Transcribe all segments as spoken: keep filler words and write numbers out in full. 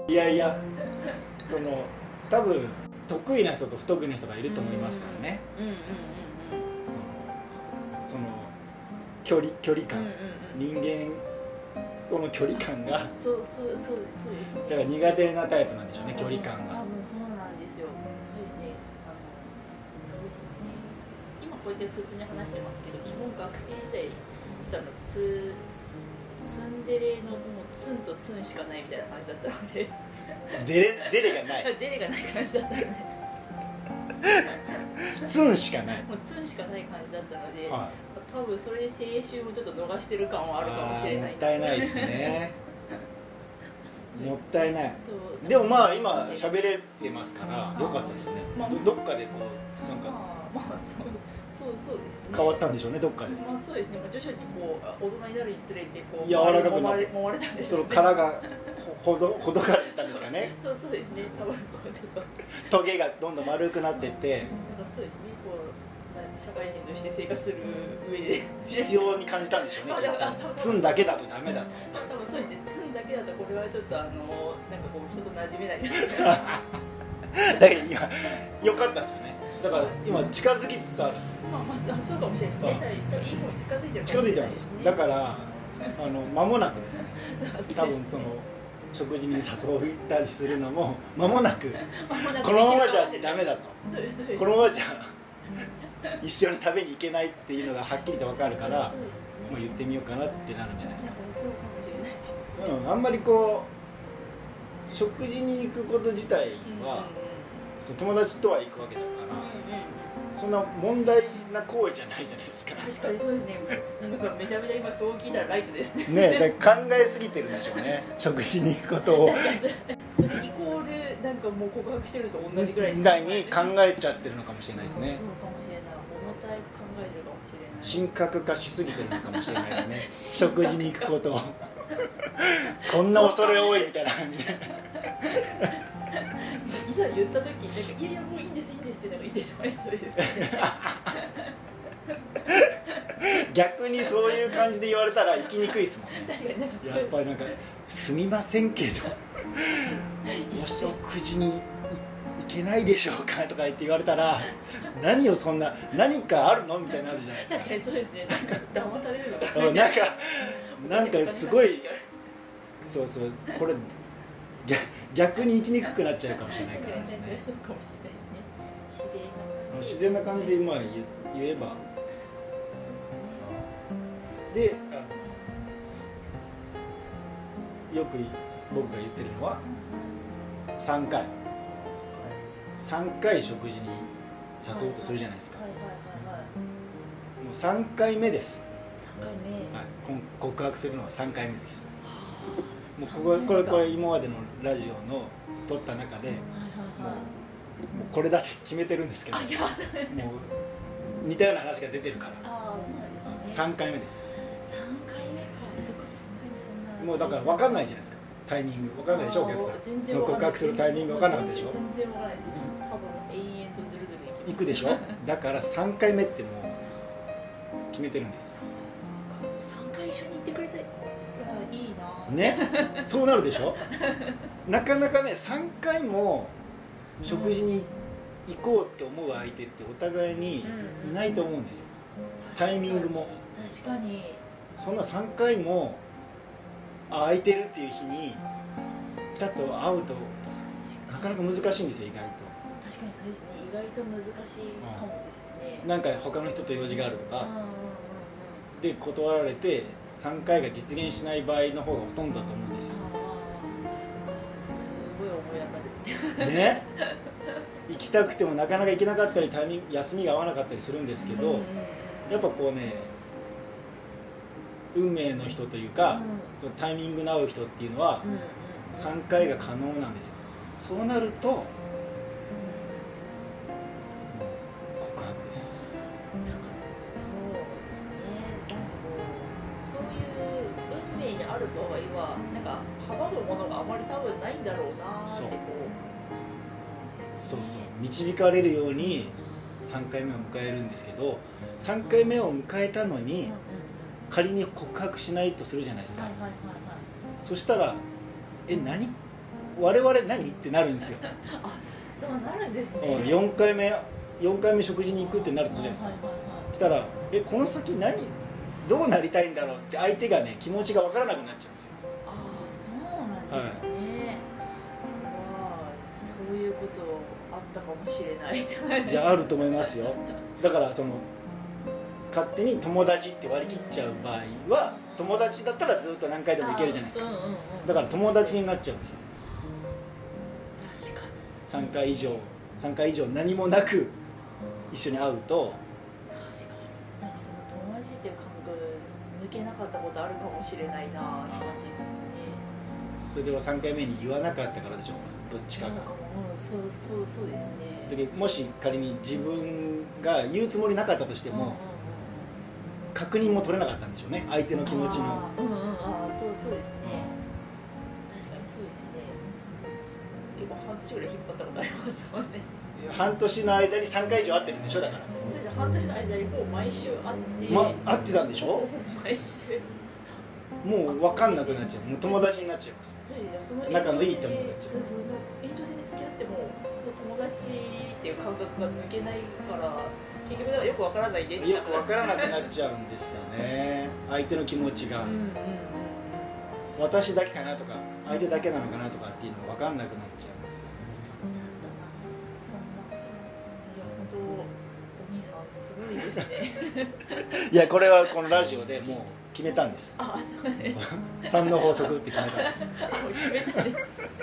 いやいやその多分得意な人と不得意な人がいると思いますからね。その距離距離感、人間との距離感がそうそうそうそうですね。 だから苦手なタイプなんでしょうね、距離感が。 多分そうなんですよ。そうですね。あのあれですよね。今こうやって普通に話してますけど、基本学生時代ちょっとあのツツンデレのもうツンとツンしかないみたいな感じだったので。 デレデレがない。 デレがない感じだったので。 ツンしかない。 もうツンしかない感じだったので、 はい、 多分それで青春をちょっと逃してる感はあるかもしれない。 もったいないですね。もったいない。 そうでもまあ今喋れてますから良かったですね。 まあ、 どっかでこうなんかまあ、まあ、そうそうそうですね。 変わったんでしょうね、どっかで。 まあそうですね。まあ、徐々にこう大人になるにつれてこう柔らかくなって揉まれたんでしょうね。 その殻がほどほどかれたんですかね。 そうそうですね。多分こうちょっとトゲがどんどん丸くなっていって、 なんかそうですね。こう社会人として生活する上で必要に感じたんでしょうね。ツンだけだとダメだと。 多分そうですね。ツンだけだとこれはちょっとあのなんかこう人と馴染めない。 だけど今良かったですよね。だから今近づきつつあるんですよ。 まあまあそうかもしれないですね。いい方に近づいてる。 近づいてます。だからあの間もなくですね。多分その食事に誘ったりするのも間もなくこのままじゃダメだと。このままじゃ一緒に食べに行けないっていうのがはっきりと分かるから、もう言ってみようかなってなるんじゃないですか。 そうかもしれないです。 うん、あんまりこう食事に行くこと自体は、その友達とは行くわけだから、そんな問題な行為じゃないじゃないですか。 確かにそうですね。なんかめちゃめちゃ今そう聞いたらライトですね。 ね、だから考えすぎてるんでしょうね。食事に行くことを。 それイコールなんかもう告白してると同じぐらい。 ぐらいに考えちゃってるのかもしれないですね。 そうかもしれない。重たい考えてるかもしれない。 神格化しすぎてるのかもしれないですね。食事に行くことを。そんな恐れ多いみたいな感じで。 いざ言った時になんかいやいやもういいんですいいんですってなんか言ってしまいそうですね。 逆にそういう感じで言われたら行きにくいですもんね。 確かになんかやっぱりなんかすみませんけどお食事に行けないでしょうかとか言って言われたら何をそんな何かあるのみたいになるじゃないですか。 確かにそうですね。なんか騙されるのかなんかなんかすごいそうそうこれ逆に行きにくくなっちゃうかもしれないからですね。 そうかもしれないですね。 自然な感じで今言えばであのよく僕が言ってるのはさんかいさんかい食事に誘うとするじゃないですか。もうさんかいめです。 さんかいめ、 はい、告白するのはさんかいめです。もうこここれこれ今までのラジオの撮った中で、もうこれだって決めてるんですけど、もう似たような話が出てるから。 ああ、そうなんですね。 さんかいめです。 さんかいめか。そっか、さんかいめそんな。 もうだから分かんないじゃないですか。タイミング分かんないでしょ、お客さん。 全然分かんない。 告白するタイミング分かんなかったでしょ。 全然分かんないです。多分延々とずるずるいくでしょ。だからさんかいめってもう決めてるんです。 さんかい一緒に行ってくれたらいいな。 ね、そうなるでしょ。なかなかねさんかいも食事に行こうって思う相手ってお互いにいないと思うんですよ。タイミングも。 確かに。 そんなさんかいもあ空いてるっていう日にピタッと会うとなかなか難しいんですよ、意外と。 確かにそうですね。意外と難しいかもですね。 なんか他の人と用事があるとかで断られてさんかいが実現しない場合の方がほとんどだと思うんですよ。 すごい思い当たるね。行きたくてもなかなか行けなかったりタイミング休みが合わなかったりするんですけど、やっぱこうね運命の人というか、うん、そのタイミングの合う人っていうのはさんかいが可能なんですよ。そうなると、うん、告白です。 なんかそうですね。なんかこうそういう運命にある場合はなんか阻むものがあまり多分ないんだろうなってこう、 そうそう導かれるようにさんかいめを迎えるんですけど、さんかいめを迎えたのに、うん仮に告白しないとするじゃないですか。そしたらえ何我々何ってなるんですよ。 あ、そうなるんですね。 よんかいめよんかいめ食事に行くってなるとするじゃないですか。そしたらえこの先何どうなりたいんだろうって相手がね気持ちが分からなくなっちゃうんですよ。 ああ、そうなんですね、はい、わあ、そういうことあったかもしれない。 いやあると思いますよ。だからその勝手に友達って割り切っちゃう場合は、友達だったらずっと何回でも行けるじゃないですか、うんうんうん、だから友達になっちゃうんですよ。 確かにさんかい以上さんかい以上何もなく一緒に会うと、 確かになんかその友達っていう感覚抜けなかったことあるかもしれないなって感じですね。 それをさんかいめに言わなかったからでしょう、どっちかが。 なんかもう、うん、そうそうそうですね。 だけどもし仮に自分が言うつもりなかったとしても、うんうんうん、確認も取れなかったんでしょうね、相手の気持ちの。 あ、うんうん、あ、そうそうですね、確かにそうですね。結構半年ぐらい引っ張ったことありますもんね。 半年の間にさんかい以上会ってるんでしょ。だからそうじゃ、半年の間にほぼ毎週会って、 ま、会ってたんでしょ。 毎週もう分かんなくなっちゃう、もう友達になっちゃいます。 その仲のいい友達。 そうそう、延長線で付き合ってももう友達っていう感覚が抜けないから、結局ではよく分からないで、 よく分からなくなっちゃうんですよね、相手の気持ちが。うんうんうん、私だけかなとか相手だけなのかなとかっていうのが分かんなくなっちゃうんですよね。 そうなんだな、そんなことなんだな。いや本当お兄さんすごいですね。 いやこれはこのラジオでもう決めたんです。 あ、そうね。 さんの法則って決めたんです。 決めたね。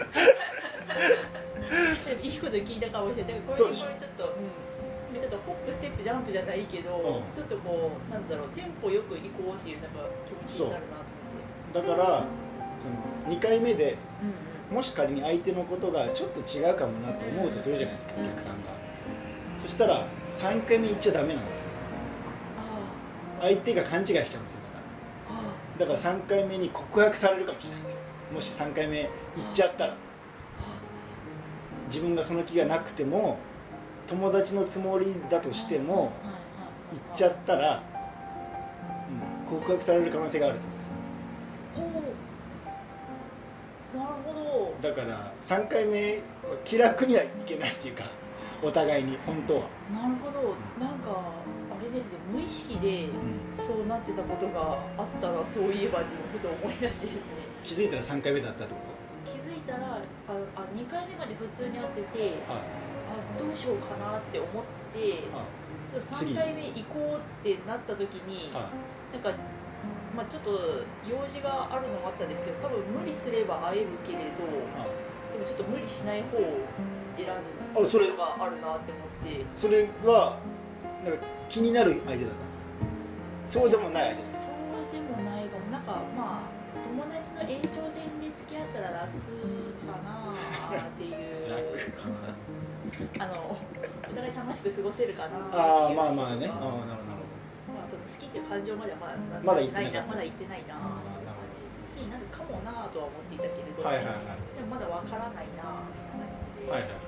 いいこと聞いたかもしれない。これこれちょっと、うん、ちょっとホップステップジャンプじゃないけど、うん、ちょっとこうなんだろう、テンポよく行こうっていうなんか気持ちになるなと思って。 だからそのにかいめで、うんうん、もし仮に相手のことがちょっと違うかもなと思うとするじゃないですか、うんうん、お客さんが。そしたらさんかいめ行っちゃダメなんですよ。相手が勘違いしちゃうんですよ。だからだからさんかいめに告白されるかもしれないんですよ。もしさんかいめ行っちゃったら、自分がその気がなくても友達のつもりだとしても行っちゃったら、うん、告白される可能性があると思うんです。 なるほど。だからさんかいめ気楽にはいけないっていうか、お互いに本当は。 なるほど。なんかあれですね、無意識でそうなってたことがあったら、そういえばっていうのをふと思い出してですね。 気づいたらさんかいめだったってこと？ 気づいたらああにかいめまで普通に会ってて、はい、あどうしようかなって思って、はい、ちょっとさんかいめ行こうってなった時に、はい、なんか、まあ、ちょっと用事があるのもあったんですけど、多分無理すれば会えるけれど、はい、でもちょっと無理しない方を選んだことがあるなって思って。 それはなんか気になる相手だったんですか？そうでもない相手です。 そうでもないかも。なんかまあ友達の延長線で付き合ったら楽かなっていうあのお互い楽しく過ごせるかなっていう。 ああまあまあね。ああなるほど。 まあその好きっていう感情まではまだまだ言ってないな。 まだ言ってないな。好きになるかもなとは思っていたけれど、 はいはいはい、 でもまだわからないなみたいな感じで。はいはいはい。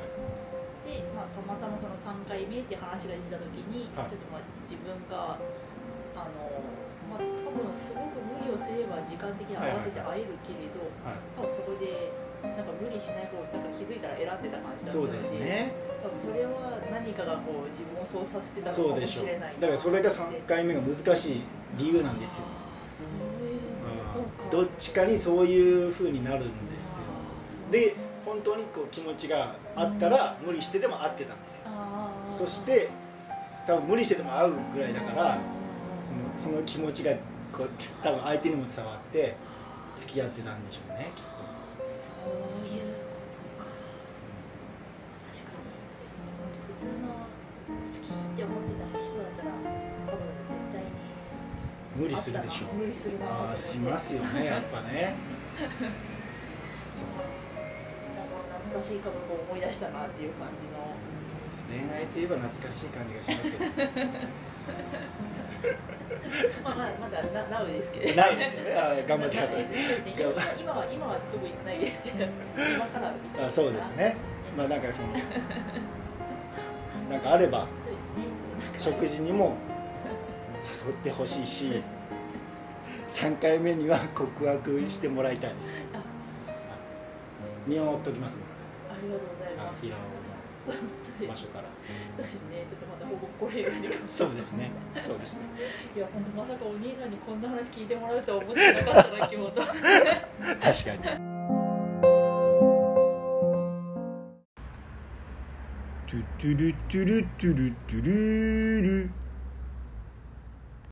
で、まあ、たまたまそのさんかいめっていう話が出た時に、はい、ちょっとまあ自分があの、まあ、多分すごく無理をすれば時間的に合わせて会えるけれど、はいはいはい、多分そこでなんか無理しない方なんか気づいたら選んでた感じだったので、そうですね、多分それは何かがこう自分をそうさせてたのかもしれない。 だからそれがさんかいめが難しい理由なんですよ。 そういうことか。 どっちかにそういう風になるんですよ。で本当にこう気持ちがあったら無理してでも会ってたんですよ。そして多分無理してでも会うぐらいだからその、その気持ちがこう多分相手にも伝わって付き合ってたんでしょうね、きっと。 そういうことか。確かに普通の好きって思ってた人だったら多分絶対に無理するでしょう。 無理するなと思って。 あしますよね、やっぱね。そう懐かしい家族を思い出したなっていう感じの。 そうですね、恋愛といえば懐かしい感じがしますよね。 まあまだまだななうですけど。 ないですよね。あ頑張ってください。 今は今は特にないですけど、今から見て。 あそうですね。まあなんかそのなんかあればそうですね。 食事にも誘ってほしいし、さんかいめには告白してもらいたいです。 見守っておきます僕。 ありがとうございます。 平尾の場所から。 そうですね。ちょっとまた報告来れるように。 そうですね。そうですね。 いや本当まさかお兄さんにこんな話聞いてもらうとは思ってなかったな今日と。確かに。トゥトゥルトゥルトゥルトゥルル。